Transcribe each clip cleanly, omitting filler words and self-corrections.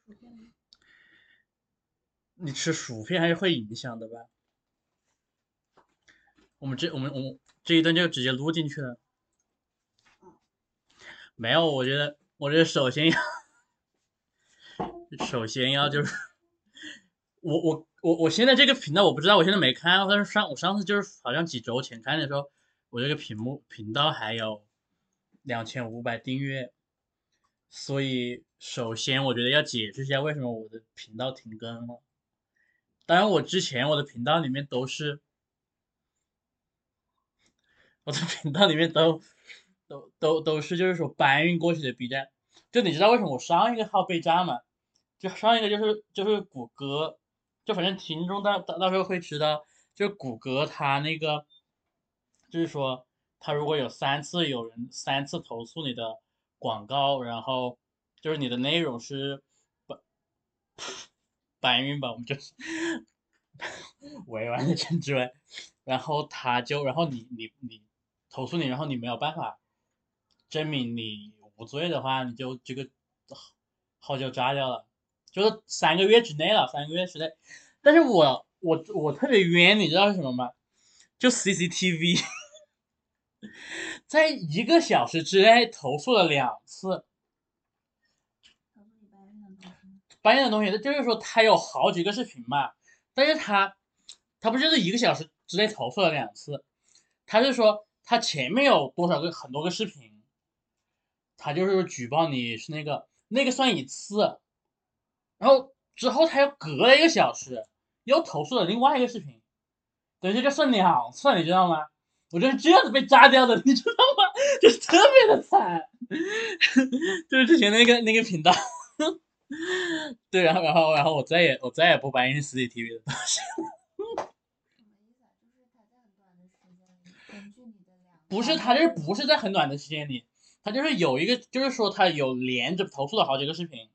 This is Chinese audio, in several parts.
你吃薯片还是会影响的吧？我们这一顿就直接录进去了。没有，我觉得首先要就是我现在这个频道我不知道，我现在没看，但是我上次就是好像几周前看的时候，我这个频道还有2500订阅，所以首先我觉得要解释一下为什么我的频道停更了。当然，我的频道里面都是我的频道里面都是就是说搬运过去的 B 站。就你知道为什么我上一个号被炸吗？就上一个就是谷歌，就反正听众到时候会知道，就是谷歌它那个就是说，它如果有人3次投诉你的广告，然后就是你的内容是搬搬运吧，我们就是委婉的称之为，然后你投诉你，然后你没有办法证明你无罪的话，你就这个号就炸掉了，就是3个月之内了，3个月之内。但是我特别冤，你知道是什么吗？就 CCTV 在1个小时之内投诉了2次搬运的东西，就是说他有好几个视频嘛，但是他不就是1个小时之内投诉了2次，他是说他前面有很多个视频，他就是举报你是那个算1次，然后之后他又隔了1个小时，又投诉了另外一个视频，等于就算2次，你知道吗？我就是这样子被炸掉的，你知道吗？就是特别的惨，就是之前那个频道，对，然后我再也不搬运 CCTV 的东西，不是他就是不是在很短的时间里，他就是有一个就是说他有连着投诉了好几个视频，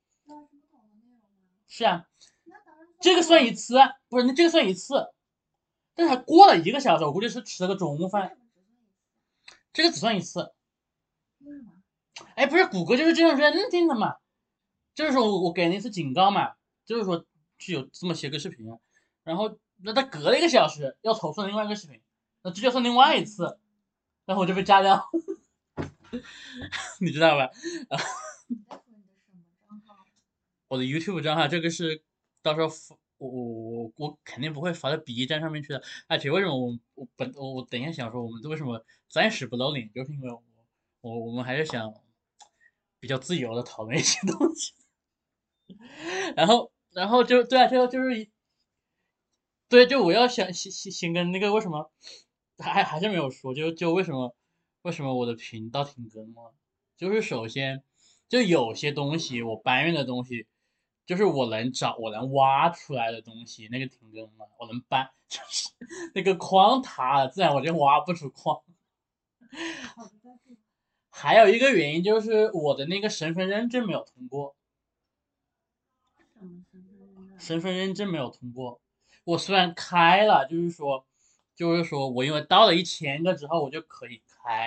是啊，这个算1次，不是那这个算1次，但是还过了1个小时，我估计是吃了个中午饭，这个只算1次。哎，不是谷歌就是这样认定的嘛？就是说我给你一次警告嘛，就是说是有这么些个视频啊，然后那他隔了1个小时要投诉另外一个视频，那这就算另外1次，然后我就被炸掉，你知道吧？我的 YouTube 账号这个是到时候我肯定不会发到 B 站上面去的。而且为什么我等一下想说我们为什么暂时不露脸，就是因为我们还是想比较自由的讨论一些东西。然后就对啊，就是对，就我要先跟那个为什么还是没有说，就为什么我的频道停更了？就是首先就有些东西我搬运的东西，就是我能挖出来的东西，那个停更了，我能搬，就是那个矿塌了，自然我就挖不出矿。还有一个原因就是我的那个身份认证没有通过，身份认证没有通过。我虽然开了，就是说我因为到了1000个之后，我就可以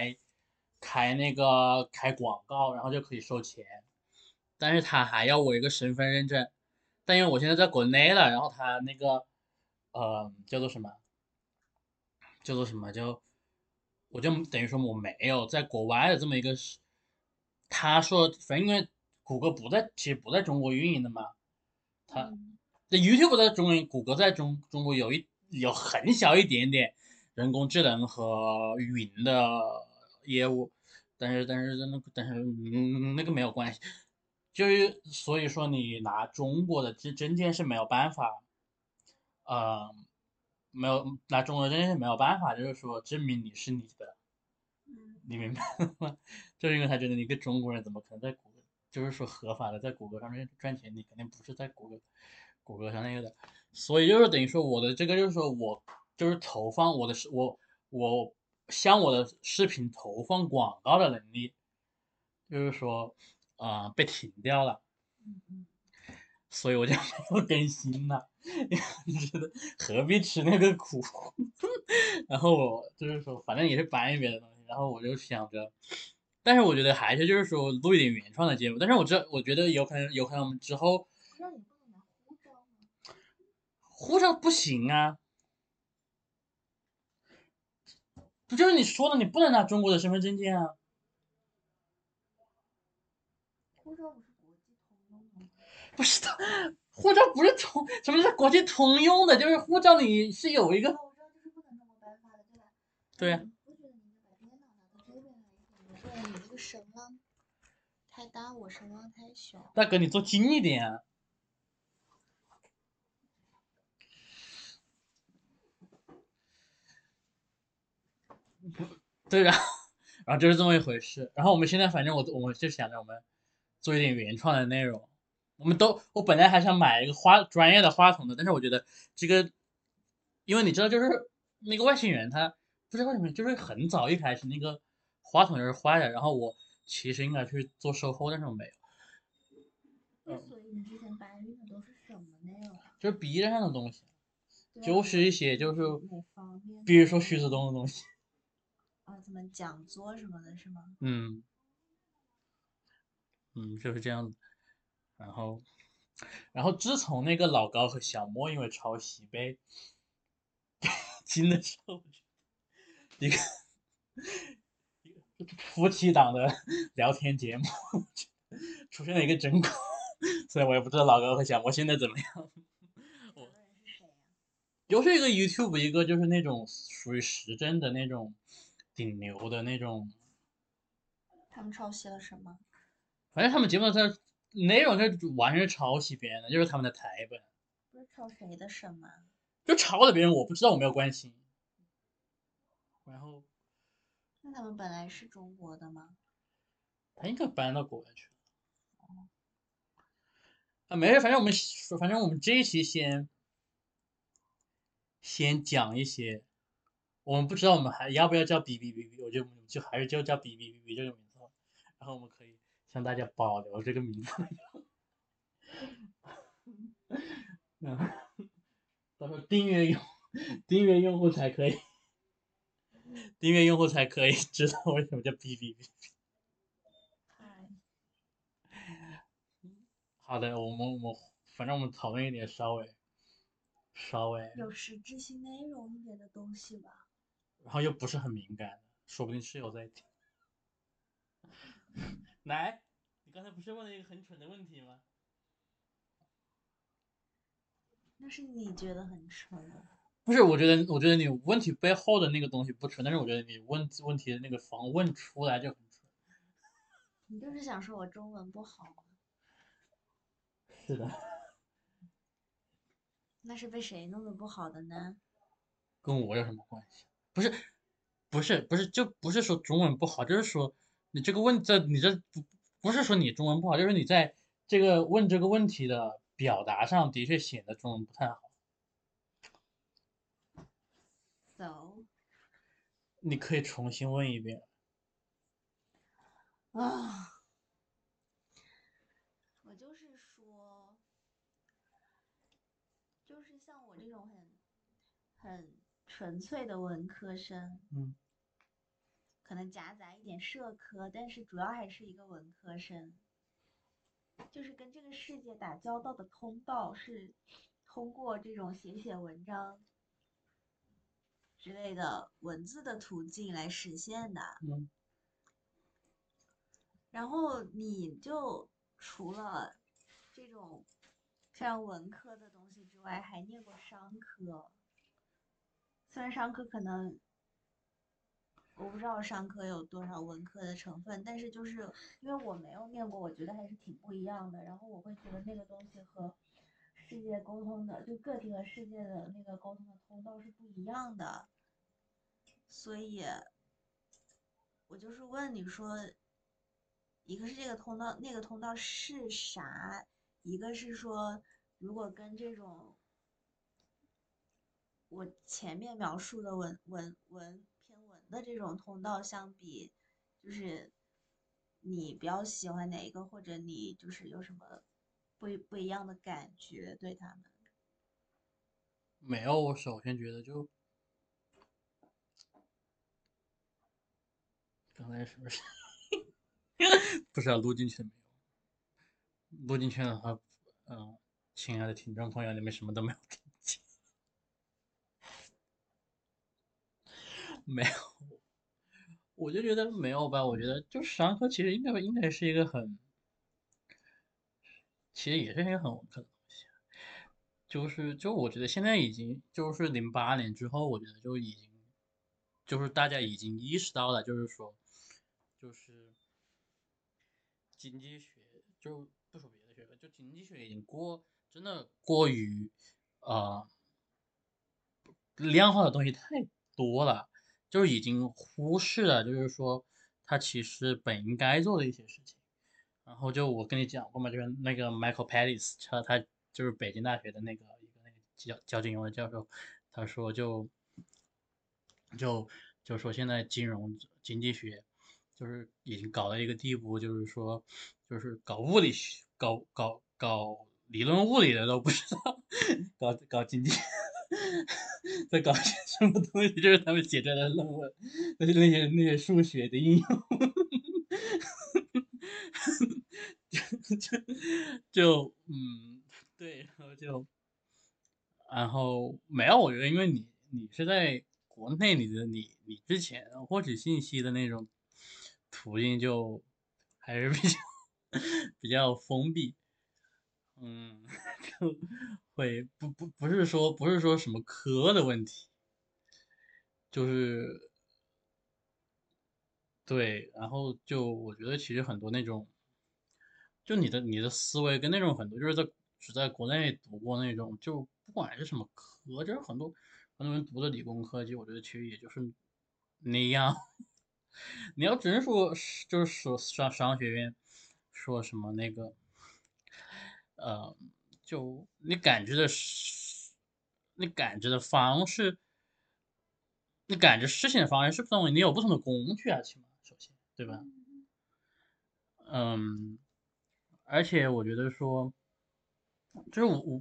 开广告，然后就可以收钱，但是他还要我一个身份认证。但因为我现在在国内了，然后他那个叫做什么就我就等于说我没有在国外的这么一个他说反正因为谷歌其实不在中国运营的嘛，他这 YouTube 在中国，谷歌在中国有很小一点点人工智能和云的业务，但是那个没有关系，就是所以说你拿中国的证件是没有办法，呃，没有拿中国的证件是没有办法，就是说证明你是你的，你明白吗？就是因为他觉得你一个中国人怎么可能在谷歌，就是说合法的在谷歌上面赚钱，你肯定不是在谷歌上那个的，所以就是等于说我的这个就是说我就是投放我向我的视频投放广告的能力，就是说被停掉了，所以我就没有更新了，你觉得何必吃那个苦？然后我就是说反正也是搬一边的东西，然后我就想着。 但是我觉得还是就是说录一点原创的节目。但是我觉得有可能我们之后那你不能拿护照吗？ 护照不行啊，不就是你说的你不能拿中国的身份证件啊？ 护照不是国际通用的吗？ 不是的，护照不是什么是国际通用的，就是护照你是有一个我知道，就是不能这么颁发的，对吧？ 对啊， 你不觉得你应该把电脑拿到这边来一点吗？不然你这个声浪太大，我声浪太小。 大哥你坐近一点啊。对，然后就是这么一回事。然后我们现在反正我们就想着我们做一点原创的内容。我本来还想买一个专业的话筒的，但是我觉得这个，因为你知道，就是那个外星人他不知道为什么，就是很早一开始那个话筒就是坏的，然后我其实应该去做售后，但是我没有。 那所以你之前搬运的都是什么内容啊？ 就是 B 站上的东西， 对啊， 就是一些就是哪方面的比如说内容徐子东的东西。 啊？怎么讲座什么的，是吗？ 嗯就是这样子。然后自从那个老高和小莫因为抄袭被禁的时候，一个夫妻档的聊天节目出现了一个真空，所以我也不知道老高和小莫现在怎么样。 两个人是谁呀？ 又是一个 YouTube，一个就是那种属于时政的那种顶流的那种， 他们抄袭了什么？ 反正他们节目的内容就完全是抄袭别人的，就是他们的台本， 不是抄谁的什么？ 就抄的别人，我不知道，我没有关心。然后那他们本来是中国的吗？ 他应该搬到国外去了啊，没事，反正我们这一期先讲一些，我们不知道我们还要不要叫哔哔哔哔，我就还是叫哔哔哔哔这个名字吧，然后我们可以向大家保留这个名字。嗯，到时候订阅用户才可以，订阅用户才可以知道为什么叫哔哔哔。 嗨， 好的，我们反正我们讨论一点稍微， 有实质性内容一点的东西吧。 然后又不是很敏感的，说不定室友在听。来，你刚才不是问了一个很蠢的问题吗？ 那是你觉得很蠢的。 不是，我觉得你问题背后的那个东西不蠢，但是我觉得你问题的那个问出来就很蠢。 你就是想说我中文不好吗？ 是的， 那是被谁弄得不好的呢？ 跟我有什么关系？不是，不是，就不是说中文不好，就是说你这个问这你这不是说你中文不好，就是你在问这个问题的表达上的确显得中文不太好。 So 你可以重新问一遍。 啊，我就是说，就是像我这种很纯粹的文科生， 嗯， 可能夹杂一点社科，但是主要还是一个文科生，就是跟这个世界打交道的通道是通过这种写文章之类的文字的途径来实现的。 嗯， 然后你就除了这种像文科的东西之外，还念过商科。虽然商科可能我不知道商科有多少文科的成分，但是就是因为我没有念过，我觉得还是挺不一样的。然后我会觉得那个东西和世界沟通的，就个体和世界的那个沟通的通道是不一样的。所以我就是问你说，一个是这个通道，那个通道是啥？一个是说，如果跟这种我前面描述的偏文的这种通道相比，就是你比较喜欢哪一个，或者你就是有什么不一样的感觉对他们？ 没有，我首先觉得就刚才是不是？ 不知道录进去了没有？录进去的话，嗯，亲爱的听众朋友，你们什么都没有听见。没有，我就觉得没有吧。我觉得就商科其实应该是一个很，其实也是一个很文科的东西。就我觉得现在已经就是08年之后，我觉得就已经就是大家已经意识到了，就是说就是经济学就不说别的学科，就经济学已经真的过于呃量化的东西太多了，就是已经忽视了，就是说它其实本应该做的一些事情。然后就我跟你讲过嘛，就是那个 Michael Pettis，他就是北京大学的那个教金融的教授，他说就就说现在金融经济学就是已经搞到一个地步，就是说就是搞物理学、搞理论物理的都不知道，搞经济在搞些什么东西，就是他们写出来的论文，那些数学的应用。就对，然后没有，我觉得因为你是在国内，你之前获取信息的那种途径就还是比较封闭。嗯，就会不是说什么科的问题，就是对，然后就我觉得其实很多那种，就你的思维跟那种很多就是只在国内读过那种，就不管是什么科，就是很多人读的理工科技，我觉得其实也就是那样。你要真说就是说商学院说什么那个呃，就你感知的方式，你感知事情的方式是不同的，你有不同的工具啊，起码首先对吧？ 嗯嗯，而且我觉得说。就是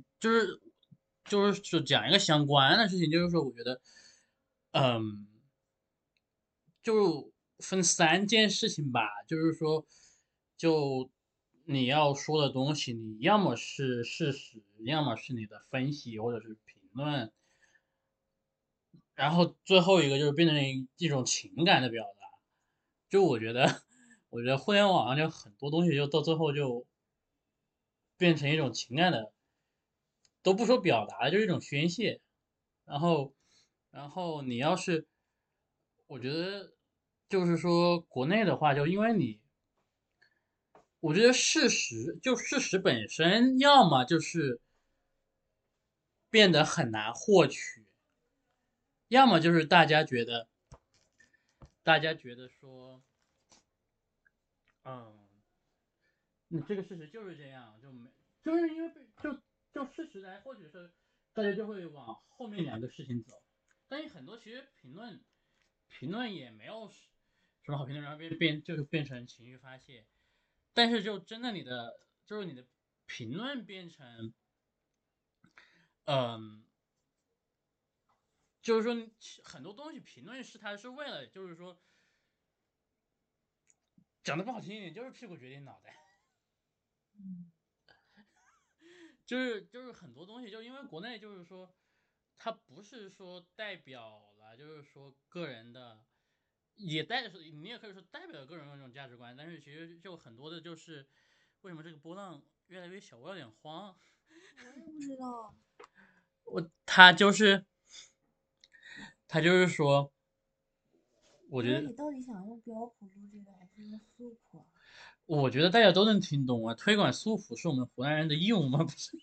我讲一个相关的事情，就是说，我觉得，嗯，就分3件事情吧，就是说，就你要说的东西，你要么是事实，要么是你的分析或者是评论，然后最后一个就是变成一种情感的表达。就我觉得，我觉得互联网上就很多东西，就到最后就变成一种情感的，都不说表达，就是一种宣泄。然后，然后你要是，我觉得就是说国内的话，就因为我觉得事实本身，要么就是变得很难获取，要么就是大家觉得说，嗯，你这个事实就是这样，就是因为就事实来获取是，大家就会往后面2个事情走。但是很多其实评论也没有什么好评论，然后变成情绪发泄。但是就真的你的评论变成，嗯，就是说很多东西评论它是为了，就是说讲的不好听一点，就是屁股决定脑袋。 嗯就是很多东西，就因为国内就是说，它不是说代表了，就是说个人的，你也可以说代表了个人的那种价值观，但是其实就很多的就是为什么这个波浪越来越小，我有点慌。 我也不知道。 他就是说，我觉得所以你到底想用标谱录这个，还是用素谱啊？ 我觉得大家都能听懂啊，推广素朴是我们湖南人的义务吗？不是。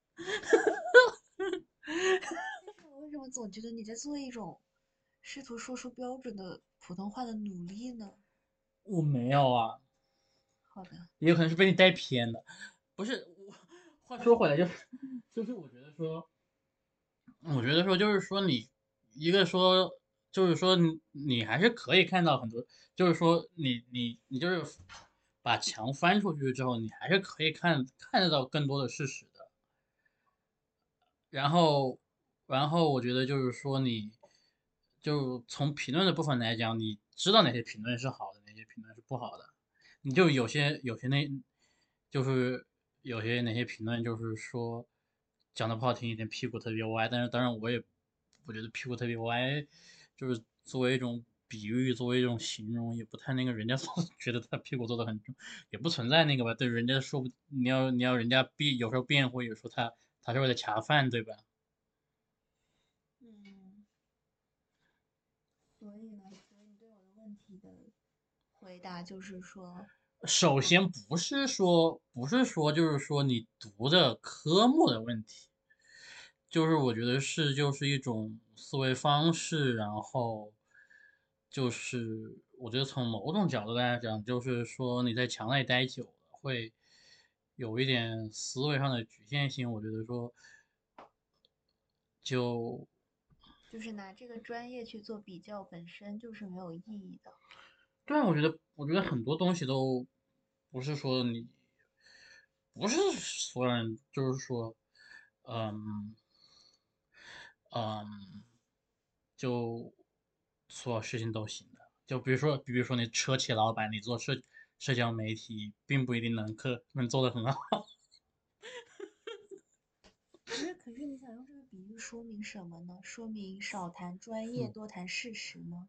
但是我为什么总觉得你在做一种试图说出标准的普通话的努力呢？ 我没有啊， 好的。 也有可能是被你带偏的。不是我，话说回来，就是我觉得说就是说你一个说就是说你还是可以看到很多，就是说你就是把墙翻出去之后，你还是可以看得到更多的事实的。然后我觉得就是说就从评论的部分来讲，你知道哪些评论是好的，哪些评论是不好的。 你就有些就是有些哪些评论就是说讲的不好听一点，屁股特别歪，但是当然我觉得屁股特别歪，就是作为一种比喻，作为一种形容，也不太那个，人家说觉得他屁股坐的很重，也不存在那个吧？对，人家说不，你要人家有时候辩护，有时候他是为了恰饭，对吧？ 嗯，所以呢，所以你对我的问题的回答就是说， 首先不是说就是说你读的科目的问题，就是我觉得就是一种思维方式，然后就是我觉得从某种角度来讲，就是说你在墙内待久了会有一点思维上的局限性。我觉得说就就是拿这个专业去做比较，本身就是没有意义的。 对啊，我觉得很多东西都不是说你不是所有人就是说嗯嗯。就所有事情都行的。就比如说你车企老板，你做社交媒体，并不一定能做得很好。 可是你想用这个比喻说明什么呢？说明少谈专业， 嗯， 多谈事实吗？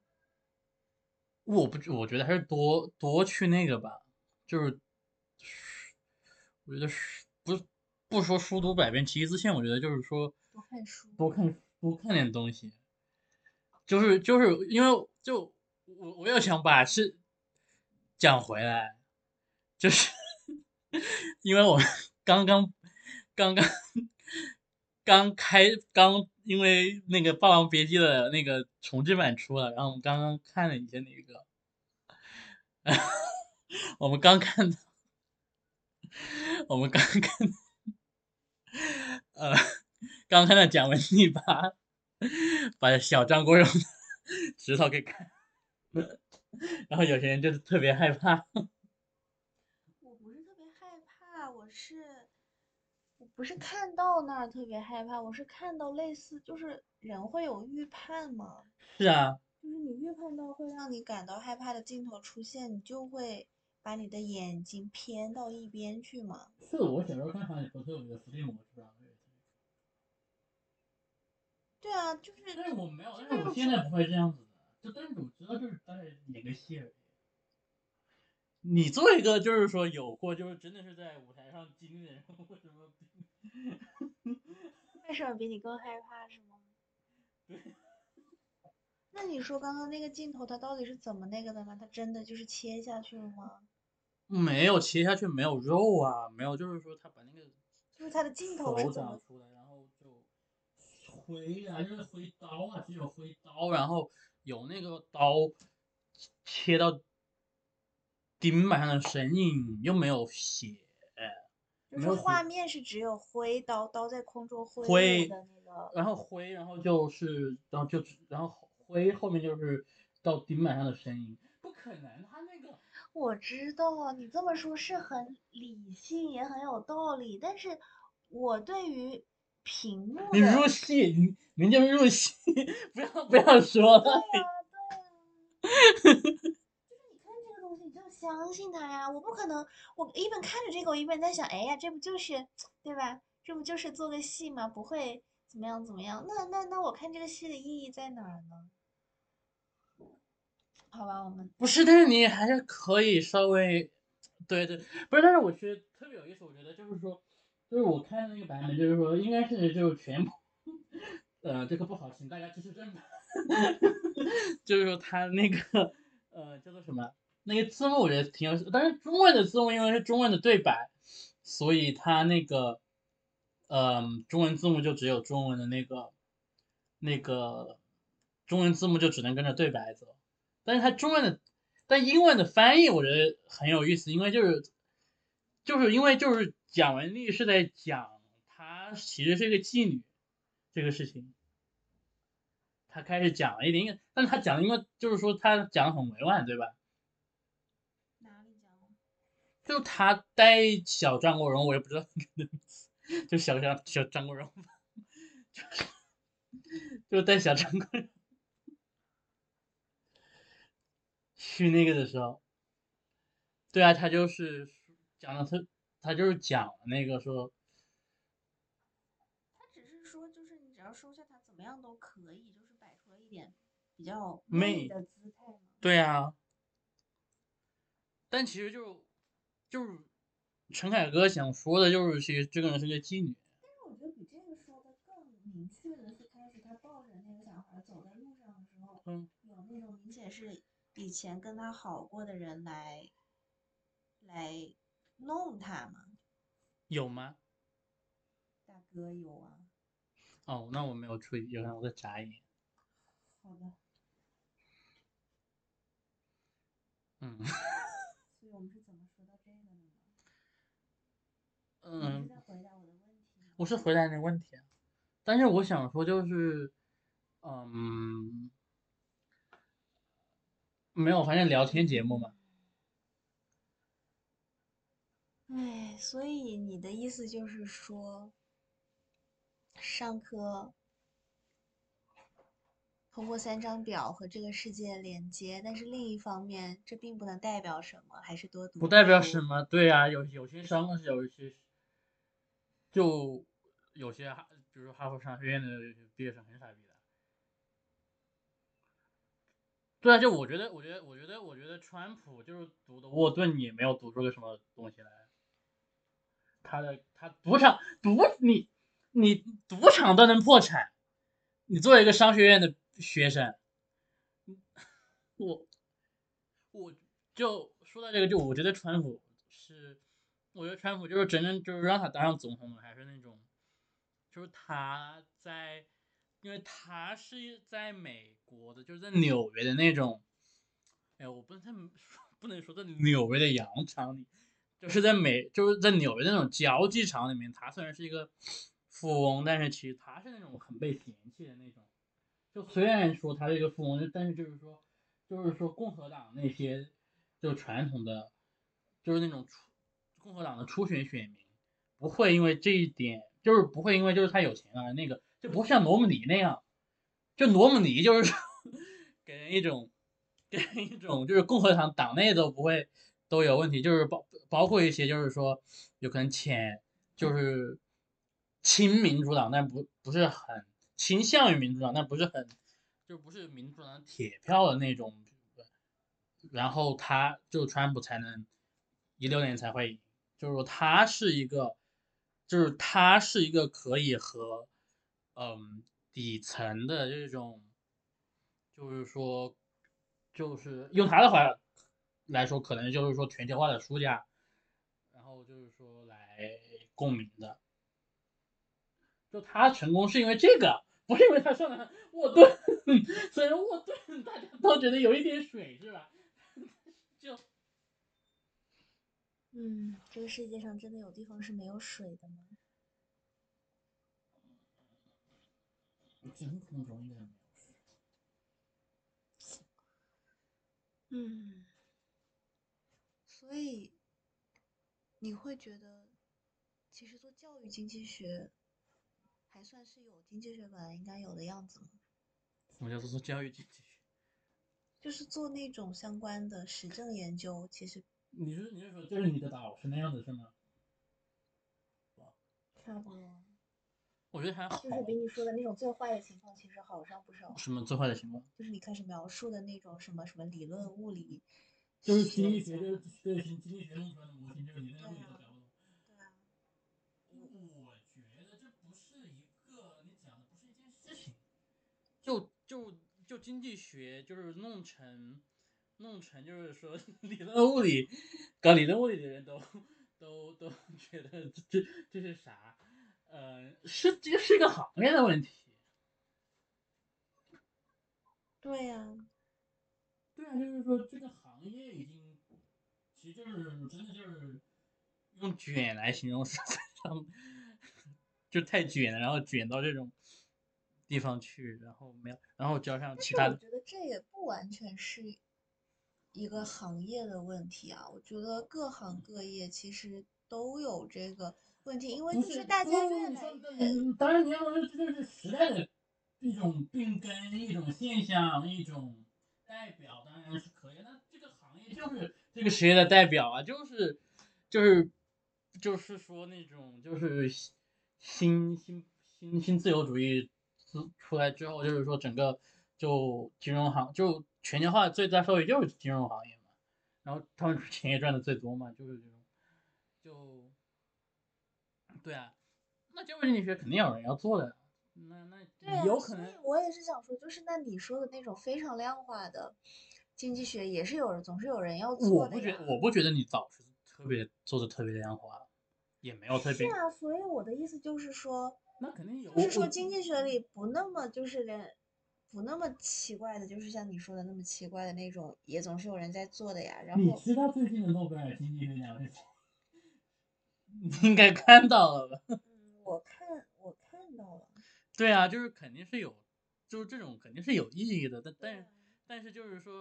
我觉得还是多多去那个吧，就是我觉得不说书读百遍，其义自现。我觉得就是说多看书。 多看点东西，就是因为我又想把事讲回来，就是因为我刚刚刚刚因为那个《霸王别姬》的那个重制版出了，然后我们刚刚看了一下那个，我们刚看到，我们刚看呃刚看到蒋雯丽把小张国荣的指头给砍，然后有些人就是特别害怕。 我不是特别害怕，我不是看到那儿特别害怕，我是看到类似，就是人会有预判嘛， 是啊， 就是你预判到会让你感到害怕的镜头出现，你就会把你的眼睛偏到一边去嘛。 是我小时候看《哈利波特》，我觉得伏地魔是吧？ 对啊，就是但是我没有，但是这种我现在不会这样子的，就但是我知道就是大概演个戏而已。你作为一个就是说有过就是真的是在舞台上经历的人，为什么为什么比你更害怕是吗？那你说刚刚那个镜头它到底是怎么那个的呢？它真的就是切下去了吗？ 没有切下去没有肉啊？没有，就是说他把那个就是它的镜头是手怎么？ 长出来，然后就挥啊，就是挥刀啊，只有挥刀，然后有那个刀切到钉板上的身影，又没有血， 就是没有血， 画面是只有挥刀，刀在空中挥舞挥， 的那个。 然后挥，然后就是然后挥后面就是到钉板上的身影，不可能，他那个我知道你这么说是很理性，也很有道理，但是我对于屏幕你入的， 戏，您就入戏，不要说了。 对呀，对呀，就是你看这个东西，你就相信它呀。我不可能，我一本看着这个，我一本在想，哎呀，这不就是，对吧？这不就是做个戏吗？不会怎么样怎么样。那我看这个戏的意义在哪儿呢？好吧，我们不是，但是你还是可以稍微，对对，不是，但是我觉得特别有意思，我觉得就是说，就是我看的那个版本，就是说应该是就全部，这个不好，请大家支持正版，就是说他那个叫做什么，那个字幕我觉得挺有意思，但是中文的字幕因为是中文的对白，所以他那个中文字幕就只有中文的那个中文字幕就只能跟着对白走，但是它中文的，但英文的翻译我觉得很有意思，因为就是因为蒋雯丽是在讲她其实是个妓女这个事情，她开始讲了一点，但是她讲的因为就是说她讲的很委婉，对吧？ 哪里讲了？ 就她带小张国荣，我也不知道那个名字，就小张国荣，就带小张国荣去那个的时候， 对啊，他就是讲的他就是讲了那个说他只是说，就是你只要收下他，怎么样都可以，就是摆出了一点比较媚媚， 的姿态嘛。 对啊，但其实就是陈凯歌想说的就是，其实这个人是个妓女。 但是我觉得比这个说的更明确的是，开始他抱着那个小孩走在路上的时候， 嗯， 有那种明显是以前跟他好过的人来弄他嘛。 有吗？ 大哥有啊。 哦，那我没有注意，有可能我在眨眼。 好的。 嗯所以我们是怎么说到这个的呢？你是嗯， 在回答我的问题吗？ 我是回答你的问题啊，但是我想说就是，嗯，没有，反正聊天节目嘛。 哎，所以你的意思就是说，上课通过3张表和这个世界连接，但是另一方面，这并不能代表什么，还是多读读不代表什书。 么，对啊，有些商科是有一些就有些比如说哈佛商学院的毕业生很傻逼的。对啊，就我觉得川普就是读的沃顿也没有读出个什么东西来。他你赌场都能破产，你作为一个商学院的学生，我我就说到这个，就我觉得川普是，我觉得川普就是真正就是让他当上总统的，还是那种，就是他在，因为他是在美国的，就是在纽约的那种，哎，我不能说在纽约的洋场里，就是在纽约那种交际场里面，他虽然是一个富翁，但是其实他是那种很被嫌弃的那种。就虽然说他是一个富翁，但是就是说共和党那些就传统的，就是那种共和党的初选选民，不会因为这一点，就是不会因为就是他有钱啊，那个就不像罗姆尼那样，就罗姆尼就是说给人一种就是共和党内都不会都有问题，就是包括一些就是说有可能就是亲民主党，但不是很倾向于民主党，但不是很就不是民主党铁票的那种，然后川普才能16年才会赢，就是说他是一个可以和底层的这种，就是说就是用他的话来说，可能就是说全球化的输家，然后就是说来共鸣的，就他成功是因为这个，不是因为他上了沃顿，虽然沃顿大家都觉得有一点水是吧？就这个世界上真的有地方是没有水的吗？ 真空中应该没有。 嗯，所以你会觉得，其实做教育经济学还算是有经济学本来应该有的样子吗？ 什么叫做教育经济学？ 就是做那种相关的实证研究，其实你是说就是你的导师那样子是吗？ 差不多。 我觉得还好。 就是比你说的那种最坏的情况其实好上不少。 什么最坏的情况？ 就是你开始描述的那种什么什么理论物理就是经济学家。 学，就是经济学弄出来的模型，就是你那个物理都搞不懂。 对啊。 我觉得这不是一个，你讲的不是一件事情。就经济学就是弄成就是说理论物理，搞理论物理的人都觉得这是啥？这个是一个行业的问题。 对呀。 对啊，就是说这个行业已经，其实就是真的就是用卷来形容是非常，就太卷了，然后卷到这种地方去，然后没有，然后加上但其他的。 是我觉得这也不完全是一个行业的问题啊，我觉得各行各业其实都有这个问题，因为就是不是， 大家越你说来越。 当然你要说这就是时代的一种病根，一种现象，一种代表，当然是可以。那这个行业这个实业的代表啊，就是就是说那种就是新自由主义出来之后，就是说整个就金融行就全球化最大受益就是金融行业嘛，然后他们钱也赚的最多嘛，就是这种就对啊，那交互经济学肯定有人要做的呀，那对啊，所以有可能我也是想说，就是那你说的那种非常量化的经济学，也是总是有人要做的呀。 我不觉得你早是特别做的特别量化，也没有特别， 是啊，所以我的意思就是说， 那肯定有经济学里不那么不那么奇怪的，就是像你说的那么奇怪的那种，也总是有人在做的呀。然你后， 知道最近的诺贝尔经济学奖是谁？你应该看到了吧？ 我看到了。 对啊，就是肯定是有，就是这种肯定是有意义的， 对啊， 但是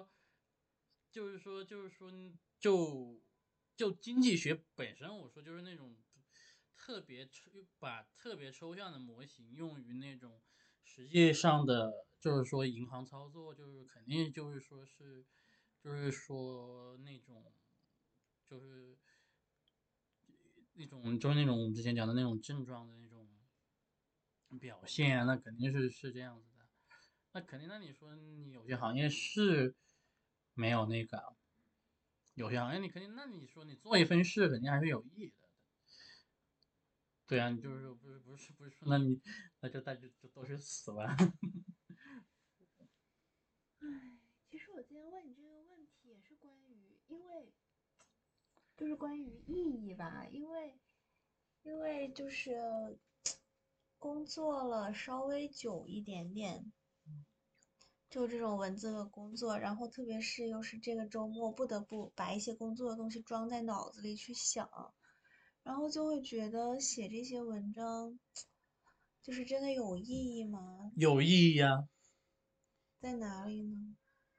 就是说就经济学本身，我说就是那种特别抽把特别抽象的模型用于那种实际上的，就是说银行操作，就是肯定就是说那种就是就是那种我们之前讲的那种症状的那种表现啊，那肯定是这样子的。那肯定，那你说你有些行业是没有那个，有些行业你肯定，那你说你做一份事肯定还是有意义的。对啊，你就是说不是说那就大家就都是死吧。 唉，其实我今天问你这个问题也是关于，就是关于意义吧，因为就是工作了稍微久一点点，就这种文字的工作，然后特别是又是这个周末不得不把一些工作的东西装在脑子里去想，然后就会觉得写这些文章，就是真的有意义吗？ 有意义啊。 在哪里呢？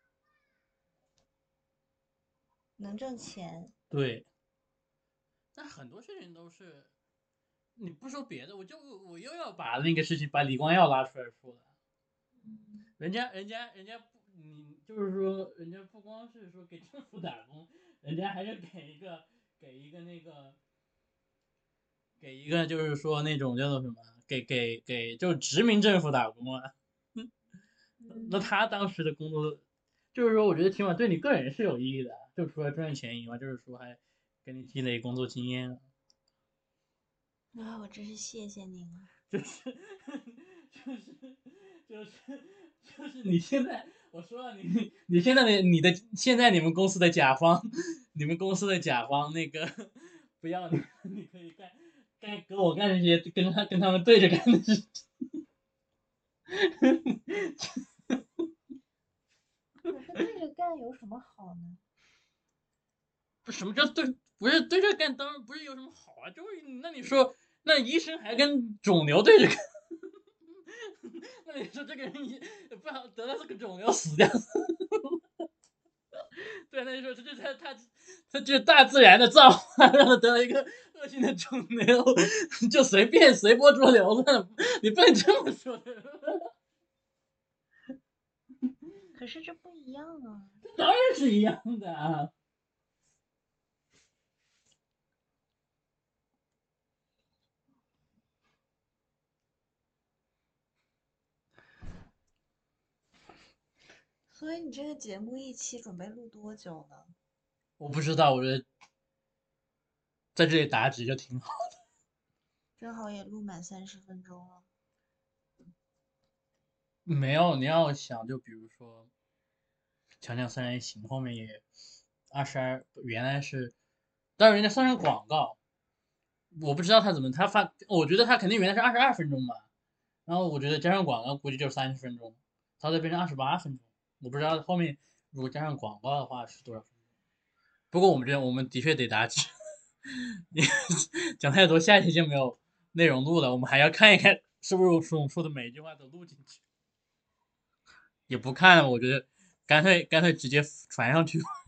能挣钱？ 对，但很多事情都是，你不说别的，我又要把那个事情把李光耀拉出来说了。 嗯人家不，你就是说，人家不光是说给政府打工，人家还是给一个那个给一个就是说那种叫做什么，给就是殖民政府打工啊。那嗯， 他当时的工作，就是说我觉得起码对你个人是有意义的，就除了赚钱以外，就是说还给你积累工作经验， 啊，我真是谢谢您了。 就是就是就是就是你现在我说了你现在现在你们公司的甲方，你们公司的甲方那个不要你可以跟我干这些跟他们对着干的事情。 可是对着干有什么好呢？ 不什么叫对？不是对着干，当然不是有什么好啊，就是那你说那医生还跟肿瘤对着干，那你说这个人不好得了这个肿瘤死掉，对，那你说这就是他就是大自然的造化，让他得了一个恶性的肿瘤，就随波逐流了，你不能这么说的。 可是这不一样啊。 当然是一样的啊。 所以你这个节目一期准备录多久呢？ 我不知道，我觉得在这里打纸就挺好。 正好也录满30分钟了。 没有，你要想，就比如说《锵锵三人行》后面也22，原来是，但是人家算上广告，我不知道他怎么他发，我觉得他肯定原来是22分钟吧，然后我觉得加上广告估计就是30分钟，他再变成28分钟，我不知道后面如果加上广告的话是多少分钟。不过我们的确得打纸，讲太多，下一期就没有内容录了，我们还要看一看是不是我们说的每一句话都录进去，也不看了，我觉得干脆直接传上去。